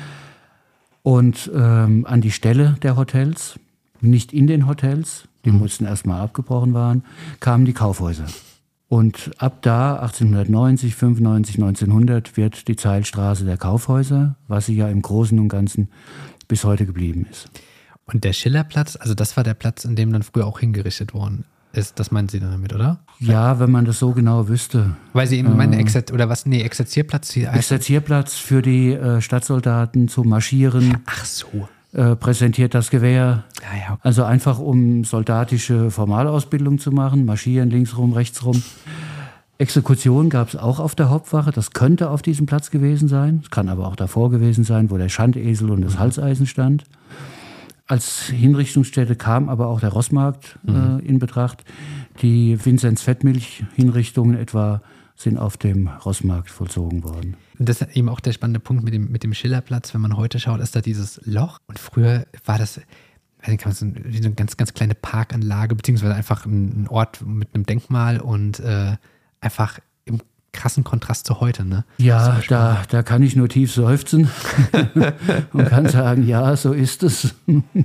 B: Und ähm, an die Stelle der Hotels, nicht in den Hotels, die mhm. mussten erstmal abgebrochen waren, kamen die Kaufhäuser. Und ab da, achtzehnhundertneunzig, fünfundneunzig, neunzehnhundert, wird die Zeilstraße der Kaufhäuser, was sie ja im Großen und Ganzen bis heute geblieben ist.
A: Und der Schillerplatz, also das war der Platz, in dem dann früher auch hingerichtet worden ist. Das meinen Sie dann damit, oder?
B: Ja, wenn man das so genau wüsste.
A: Weil Sie eben äh, meinen, Exer- oder was? Nee, Exerzierplatz.
B: Exerzierplatz für die äh, Stadtsoldaten zu marschieren.
A: Ach so.
B: Äh, präsentiert das Gewehr.
A: Ja, ja.
B: Also einfach, um soldatische Formalausbildung zu machen. Marschieren, links rum, rechts rum. Exekution gab es auch auf der Hauptwache. Das könnte auf diesem Platz gewesen sein. Es kann aber auch davor gewesen sein, wo der Schandesel und das Halseisen stand. Als Hinrichtungsstätte kam aber auch der Rossmarkt mhm. äh, in Betracht. Die Vinzenz-Fettmilch-Hinrichtungen etwa sind auf dem Rossmarkt vollzogen worden.
A: Das ist eben auch der spannende Punkt mit dem, mit dem Schillerplatz. Wenn man heute schaut, ist da dieses Loch. Und früher war das, weiß nicht, so eine ganz, ganz kleine Parkanlage, beziehungsweise einfach ein, ein Ort mit einem Denkmal und äh, einfach im krassen Kontrast zu heute, ne?
B: Ja, da, da kann ich nur tief seufzen und kann sagen, ja, so ist es.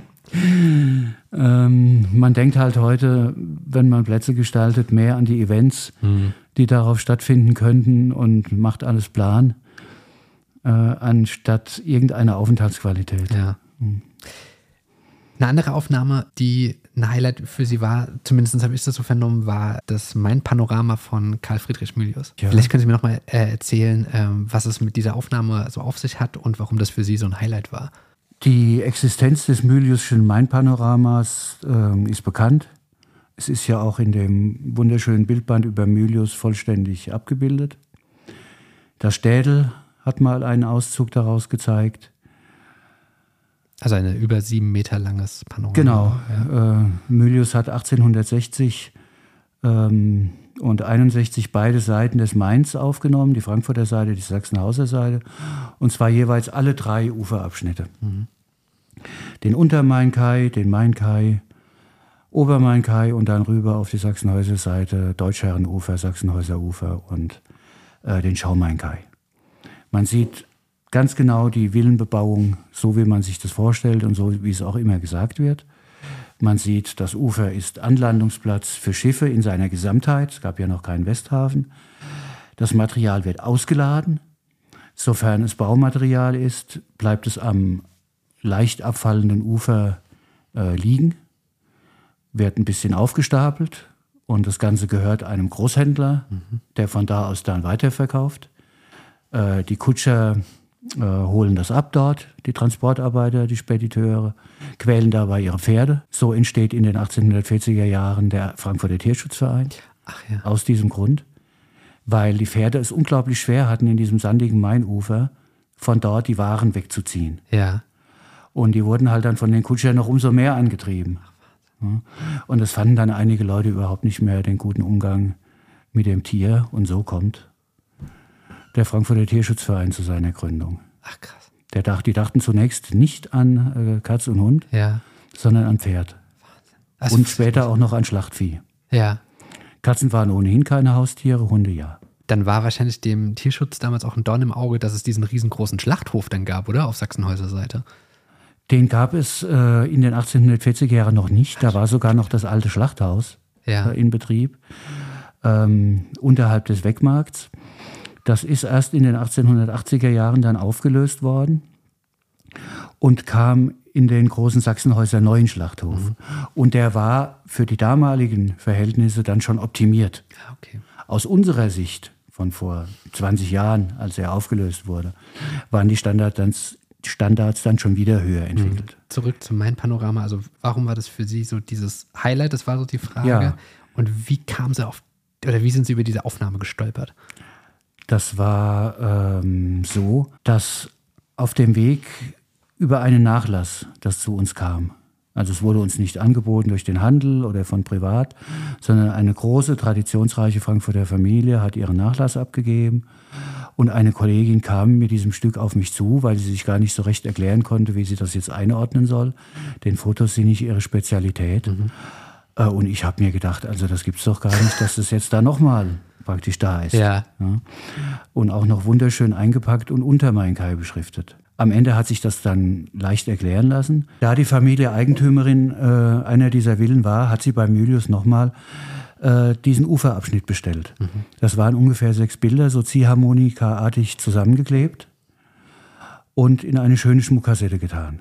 B: ähm, man denkt halt heute, wenn man Plätze gestaltet, mehr an die Events, mhm. die darauf stattfinden könnten und macht alles plan, äh, anstatt irgendeiner Aufenthaltsqualität.
A: Ja. Mhm. Eine andere Aufnahme, die ein Highlight für Sie war, zumindest habe ich das so vernommen, war das Main-Panorama von Karl Friedrich Mylius. Ja. Vielleicht können Sie mir noch mal äh, erzählen, ähm, was es mit dieser Aufnahme so auf sich hat und warum das für Sie so ein Highlight war.
B: Die Existenz des Myliusschen Main-Panoramas äh, ist bekannt. Es ist ja auch in dem wunderschönen Bildband über Mylius vollständig abgebildet. Das Städel hat mal einen Auszug daraus gezeigt.
A: Also ein über sieben Meter langes Panorama.
B: Genau. Ja. Äh, Mylius hat achtzehnhundertsechzig ähm, und einundsechzig beide Seiten des Mains aufgenommen, die Frankfurter Seite, die Sachsenhauser Seite, und zwar jeweils alle drei Uferabschnitte. Mhm. Den Untermain-Kai, den Main-Kai, Obermain-Kai und dann rüber auf die Sachsenhäuser Seite, Deutschherrenufer, Sachsenhäuser Ufer und äh, den Schaumain-Kai. Man sieht ganz genau die Villenbebauung, so wie man sich das vorstellt und so wie es auch immer gesagt wird. Man sieht, das Ufer ist Anlandungsplatz für Schiffe in seiner Gesamtheit. Es gab ja noch keinen Westhafen. Das Material wird ausgeladen. Sofern es Baumaterial ist, bleibt es am leicht abfallenden Ufer äh, liegen, wird ein bisschen aufgestapelt und das Ganze gehört einem Großhändler, mhm. der von da aus dann weiterverkauft. Äh, die Kutscher Äh, holen das ab dort, die Transportarbeiter, die Spediteure, quälen dabei ihre Pferde. So entsteht in den achtzehnhundertvierziger Jahren der Frankfurter Tierschutzverein.
A: Ach ja.
B: Aus diesem Grund, weil die Pferde es unglaublich schwer hatten, in diesem sandigen Mainufer von dort die Waren wegzuziehen.
A: Ja.
B: Und die wurden halt dann von den Kutschern noch umso mehr angetrieben. Ja. Und es fanden dann einige Leute überhaupt nicht mehr den guten Umgang mit dem Tier. Und so kommt der Frankfurter Tierschutzverein zu seiner Gründung.
A: Ach krass.
B: Der dacht, die dachten zunächst nicht an äh, Katz und Hund,
A: ja.
B: sondern an Pferd. Also und später auch noch an Schlachtvieh.
A: Ja.
B: Katzen waren ohnehin keine Haustiere, Hunde ja.
A: Dann war wahrscheinlich dem Tierschutz damals auch ein Dorn im Auge, dass es diesen riesengroßen Schlachthof dann gab, oder? Auf Sachsenhäuser Seite.
B: Den gab es äh, in den achtzehnhundertvierziger Jahren noch nicht. Da war sogar noch das alte Schlachthaus
A: ja.
B: äh, in Betrieb, ähm, unterhalb des Wegmarkts. Das ist erst in den achtzehnhundertachtziger Jahren dann aufgelöst worden und kam in den großen Sachsenhäuser neuen Schlachthof. Mhm. Und der war für die damaligen Verhältnisse dann schon optimiert.
A: Okay.
B: Aus unserer Sicht von vor zwanzig Jahren, als er aufgelöst wurde, waren die Standards dann, Standards dann schon wieder höher entwickelt.
A: Mhm. Zurück zu Main-Panorama. Also warum war das für Sie so dieses Highlight? Das war so die Frage.
B: Ja.
A: Und wie kam Sie auf, oder wie sind Sie über diese Aufnahme gestolpert?
B: Das war ähm, so, dass auf dem Weg über einen Nachlass das zu uns kam. Also es wurde uns nicht angeboten durch den Handel oder von privat, sondern eine große, traditionsreiche Frankfurter Familie hat ihren Nachlass abgegeben und eine Kollegin kam mit diesem Stück auf mich zu, weil sie sich gar nicht so recht erklären konnte, wie sie das jetzt einordnen soll. Denn Fotos sind nicht ihre Spezialität. Mhm. Äh, und ich habe mir gedacht, also das gibt's doch gar nicht, dass das jetzt da nochmal praktisch da ist.
A: Ja.
B: Ja. Und auch noch wunderschön eingepackt und unter Main-Kai beschriftet. Am Ende hat sich das dann leicht erklären lassen. Da die Familie Eigentümerin äh, einer dieser Villen war, hat sie bei Mylius nochmal äh, diesen Uferabschnitt bestellt. Mhm. Das waren ungefähr sechs Bilder, so Ziehharmonika-artig zusammengeklebt und in eine schöne Schmuckkassette getan.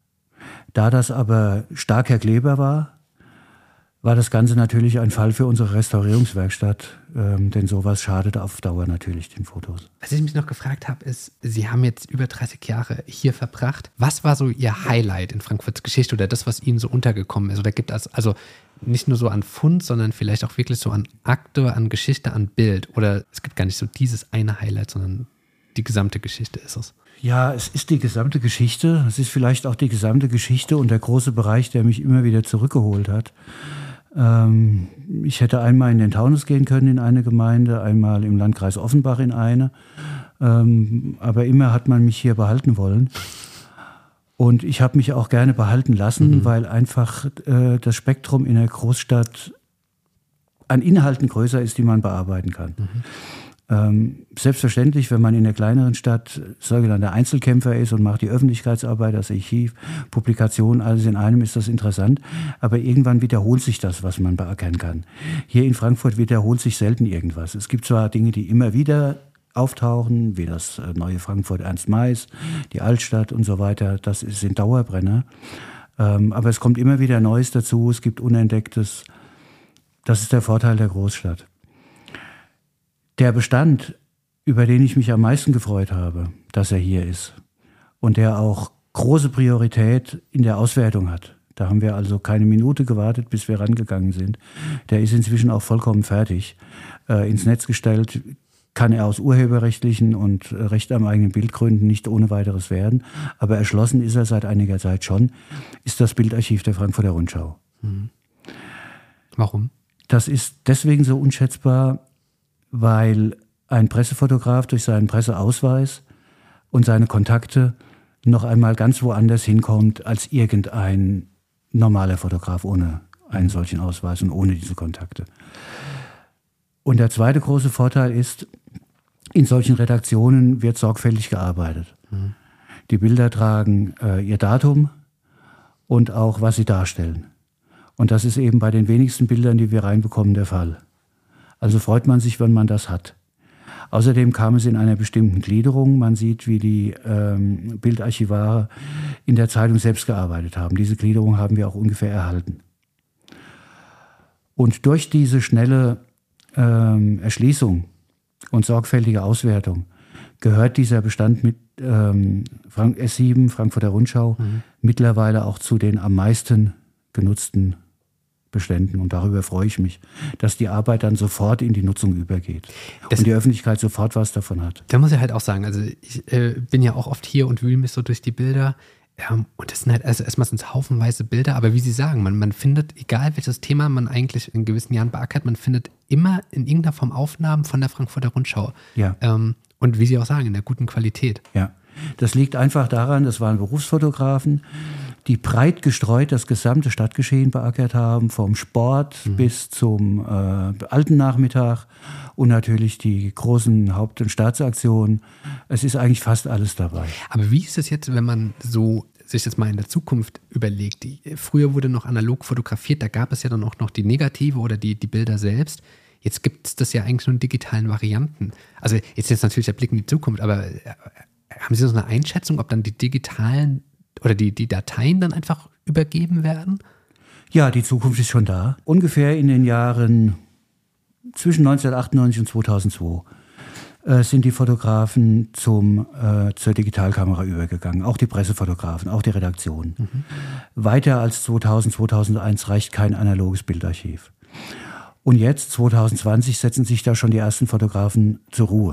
B: Da das aber starker Kleber war, war das Ganze natürlich ein Fall für unsere Restaurierungswerkstatt, ähm, denn sowas schadet auf Dauer natürlich den Fotos.
A: Was ich mich noch gefragt habe, ist, Sie haben jetzt über dreißig Jahre hier verbracht. Was war so Ihr Highlight in Frankfurts Geschichte oder das, was Ihnen so untergekommen ist? Oder gibt es also nicht nur so an Fund, sondern vielleicht auch wirklich so an Akte, an Geschichte, an Bild? Oder es gibt gar nicht so dieses eine Highlight, sondern die gesamte Geschichte ist es?
B: Ja, es ist die gesamte Geschichte. Es ist vielleicht auch die gesamte Geschichte und der große Bereich, der mich immer wieder zurückgeholt hat. Ähm, ich hätte einmal in den Taunus gehen können in eine Gemeinde, einmal im Landkreis Offenbach in eine. Ähm, aber immer hat man mich hier behalten wollen. Und ich habe mich auch gerne behalten lassen,
A: Mhm.
B: weil einfach äh, das Spektrum in der Großstadt an Inhalten größer ist, die man bearbeiten kann.
A: Mhm.
B: Ähm, selbstverständlich, wenn man in der kleineren Stadt sogenannter Einzelkämpfer ist und macht die Öffentlichkeitsarbeit, das Archiv, Publikationen, alles in einem, ist das interessant. Aber irgendwann wiederholt sich das, was man beackern kann. Hier in Frankfurt wiederholt sich selten irgendwas. Es gibt zwar Dinge, die immer wieder auftauchen, wie das neue Frankfurt Ernst Mais, die Altstadt und so weiter. Das sind Dauerbrenner. Ähm, aber es kommt immer wieder Neues dazu. Es gibt Unentdecktes. Das ist der Vorteil der Großstadt. Der Bestand, über den ich mich am meisten gefreut habe, dass er hier ist und der auch große Priorität in der Auswertung hat. Da haben wir also keine Minute gewartet, bis wir rangegangen sind. Der ist inzwischen auch vollkommen fertig. Äh, ins Netz gestellt kann er aus urheberrechtlichen und Recht am eigenen Bildgründen nicht ohne weiteres werden. Aber erschlossen ist er seit einiger Zeit schon, ist das Bildarchiv der Frankfurter Rundschau.
A: Mhm. Warum?
B: Das ist deswegen so unschätzbar, weil ein Pressefotograf durch seinen Presseausweis und seine Kontakte noch einmal ganz woanders hinkommt als irgendein normaler Fotograf ohne einen solchen Ausweis und ohne diese Kontakte. Und der zweite große Vorteil ist, in solchen Redaktionen wird sorgfältig gearbeitet. Mhm. Die Bilder tragen äh, ihr Datum und auch, was sie darstellen. Und das ist eben bei den wenigsten Bildern, die wir reinbekommen, der Fall. Also freut man sich, wenn man das hat. Außerdem kam es in einer bestimmten Gliederung. Man sieht, wie die ähm, Bildarchivare in der Zeitung selbst gearbeitet haben. Diese Gliederung haben wir auch ungefähr erhalten. Und durch diese schnelle ähm, Erschließung und sorgfältige Auswertung gehört dieser Bestand mit ähm, Frank S sieben, Frankfurter Rundschau, mhm. mittlerweile auch zu den am meisten genutzten Beständen. Und darüber freue ich mich, dass die Arbeit dann sofort in die Nutzung übergeht das und die Öffentlichkeit sofort was davon hat.
A: Da muss ich halt auch sagen, also ich äh, bin ja auch oft hier und wühle mich so durch die Bilder. Ja, und das sind halt, also erstmal sind es haufenweise Bilder, aber wie Sie sagen, man, man findet, egal welches Thema man eigentlich in gewissen Jahren beackert, man findet immer in irgendeiner Form Aufnahmen von der Frankfurter Rundschau.
B: Ja.
A: Ähm, und wie Sie auch sagen, in der guten Qualität.
B: Ja, das liegt einfach daran, das waren Berufsfotografen, die breit gestreut das gesamte Stadtgeschehen beackert haben, vom Sport mhm. bis zum äh, alten Nachmittag und natürlich die großen Haupt- und Staatsaktionen. Es ist eigentlich fast alles dabei.
A: Aber wie ist es jetzt, wenn man so sich jetzt mal in der Zukunft überlegt? Die, früher wurde noch analog fotografiert, da gab es ja dann auch noch die Negative oder die, die Bilder selbst. Jetzt gibt es das ja eigentlich nur in digitalen Varianten. Also jetzt jetzt natürlich der Blick in die Zukunft, aber äh, haben Sie so eine Einschätzung, ob dann die digitalen oder die, die Dateien dann einfach übergeben werden?
B: Ja, die Zukunft ist schon da. Ungefähr in den Jahren zwischen neunzehnhundertachtundneunzig und zweitausendzwei äh, sind die Fotografen zum, äh, zur Digitalkamera übergegangen. Auch die Pressefotografen, auch die Redaktionen. Mhm. Weiter als zweitausend, zweitausendeins reicht kein analoges Bildarchiv. Und jetzt, zweitausendzwanzig, setzen sich da schon die ersten Fotografen zur Ruhe.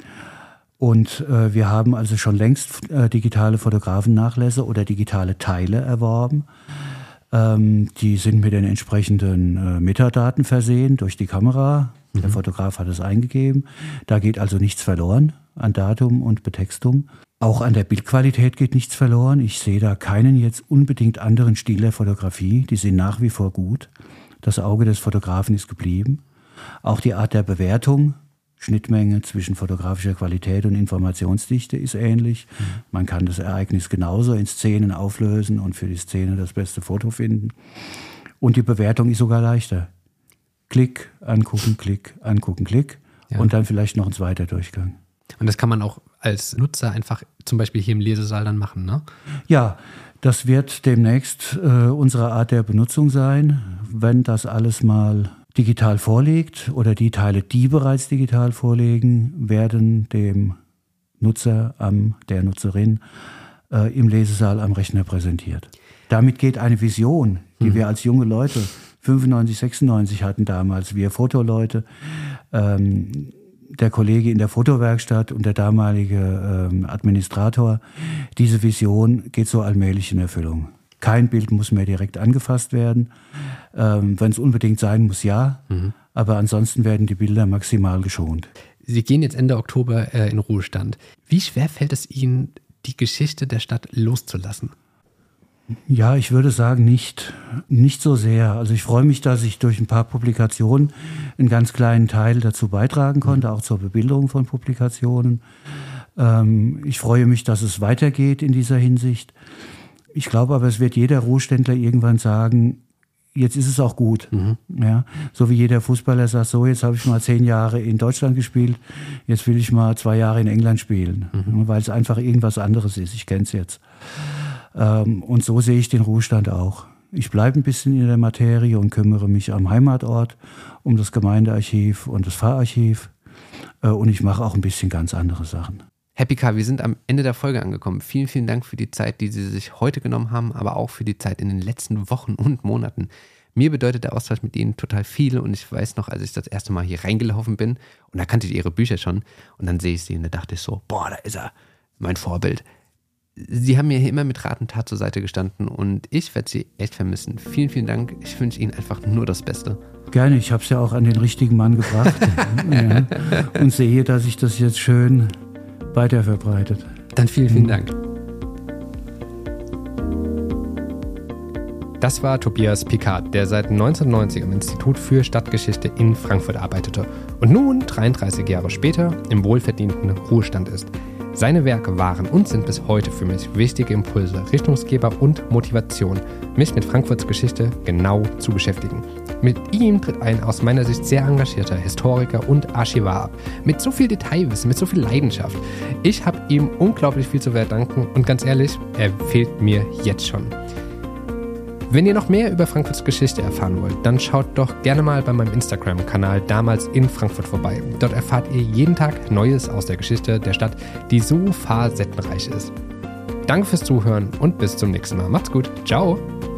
B: Und äh, wir haben also schon längst äh, digitale Fotografennachlässe oder digitale Teile erworben. Ähm, die sind mit den entsprechenden äh, Metadaten versehen durch die Kamera. Mhm. Der Fotograf hat es eingegeben. Da geht also nichts verloren an Datum und Betextung. Auch an der Bildqualität geht nichts verloren. Ich sehe da keinen jetzt unbedingt anderen Stil der Fotografie. Die sind nach wie vor gut. Das Auge des Fotografen ist geblieben. Auch die Art der Bewertung, Schnittmenge zwischen fotografischer Qualität und Informationsdichte ist ähnlich. Mhm. Man kann das Ereignis genauso in Szenen auflösen und für die Szene das beste Foto finden. Und die Bewertung ist sogar leichter. Klick, angucken, Klick, angucken, Klick ja. Und dann vielleicht noch ein zweiter Durchgang.
A: Und das kann man auch als Nutzer einfach zum Beispiel hier im Lesesaal dann machen, ne?
B: Ja, das wird demnächst äh, unsere Art der Benutzung sein, wenn das alles mal digital vorliegt oder die Teile, die bereits digital vorliegen, werden dem Nutzer, am, der Nutzerin äh, im Lesesaal am Rechner präsentiert. Damit geht eine Vision, die mhm. wir als junge Leute fünfundneunzig, sechsundneunzig hatten damals, wir Fotoleute, ähm, der Kollege in der Fotowerkstatt und der damalige ähm, Administrator, diese Vision geht so allmählich in Erfüllung. Kein Bild muss mehr direkt angefasst werden. Ähm, wenn es unbedingt sein muss, ja. Mhm. Aber ansonsten werden die Bilder maximal geschont.
A: Sie gehen jetzt Ende Oktober äh, in Ruhestand. Wie schwer fällt es Ihnen, die Geschichte der Stadt loszulassen?
B: Ja, ich würde sagen, nicht, nicht so sehr. Also ich freue mich, dass ich durch ein paar Publikationen einen ganz kleinen Teil dazu beitragen konnte, auch zur Bebilderung von Publikationen. Ähm, ich freue mich, dass es weitergeht in dieser Hinsicht. Ich glaube aber, es wird jeder Ruheständler irgendwann sagen, jetzt ist es auch gut. Mhm. Ja, so wie jeder Fußballer sagt, so jetzt habe ich mal zehn Jahre in Deutschland gespielt, jetzt will ich mal zwei Jahre in England spielen, mhm. weil es einfach irgendwas anderes ist. Ich kenne es jetzt. Ähm, und so sehe ich den Ruhestand auch. Ich bleibe ein bisschen in der Materie und kümmere mich am Heimatort um das Gemeindearchiv und das Pfarrarchiv. Äh, und ich mache auch ein bisschen ganz andere Sachen.
A: Herr Picard, wir sind am Ende der Folge angekommen. Vielen, vielen Dank für die Zeit, die Sie sich heute genommen haben, aber auch für die Zeit in den letzten Wochen und Monaten. Mir bedeutet der Austausch mit Ihnen total viel und ich weiß noch, als ich das erste Mal hier reingelaufen bin und da kannte ich Ihre Bücher schon und dann sehe ich Sie und da dachte ich so, boah, da ist er, mein Vorbild. Sie haben mir hier immer mit Rat und Tat zur Seite gestanden und ich werde Sie echt vermissen. Vielen, vielen Dank. Ich wünsche Ihnen einfach nur das Beste.
B: Gerne, ich habe es ja auch an den richtigen Mann gebracht ja, und sehe, dass sich das jetzt schön weiter verbreitet.
A: Dann vielen, vielen Dank. Das war Tobias Picard, der seit neunzehnhundertneunzig am Institut für Stadtgeschichte in Frankfurt arbeitete und nun dreiunddreißig Jahre später im wohlverdienten Ruhestand ist. Seine Werke waren und sind bis heute für mich wichtige Impulse, Richtungsgeber und Motivation, mich mit Frankfurts Geschichte genau zu beschäftigen. Mit ihm tritt ein aus meiner Sicht sehr engagierter Historiker und Archivar ab. Mit so viel Detailwissen, mit so viel Leidenschaft. Ich habe ihm unglaublich viel zu verdanken und ganz ehrlich, er fehlt mir jetzt schon. Wenn ihr noch mehr über Frankfurts Geschichte erfahren wollt, dann schaut doch gerne mal bei meinem Instagram-Kanal Damals in Frankfurt vorbei. Dort erfahrt ihr jeden Tag Neues aus der Geschichte der Stadt, die so facettenreich ist. Danke fürs Zuhören und bis zum nächsten Mal. Macht's gut. Ciao.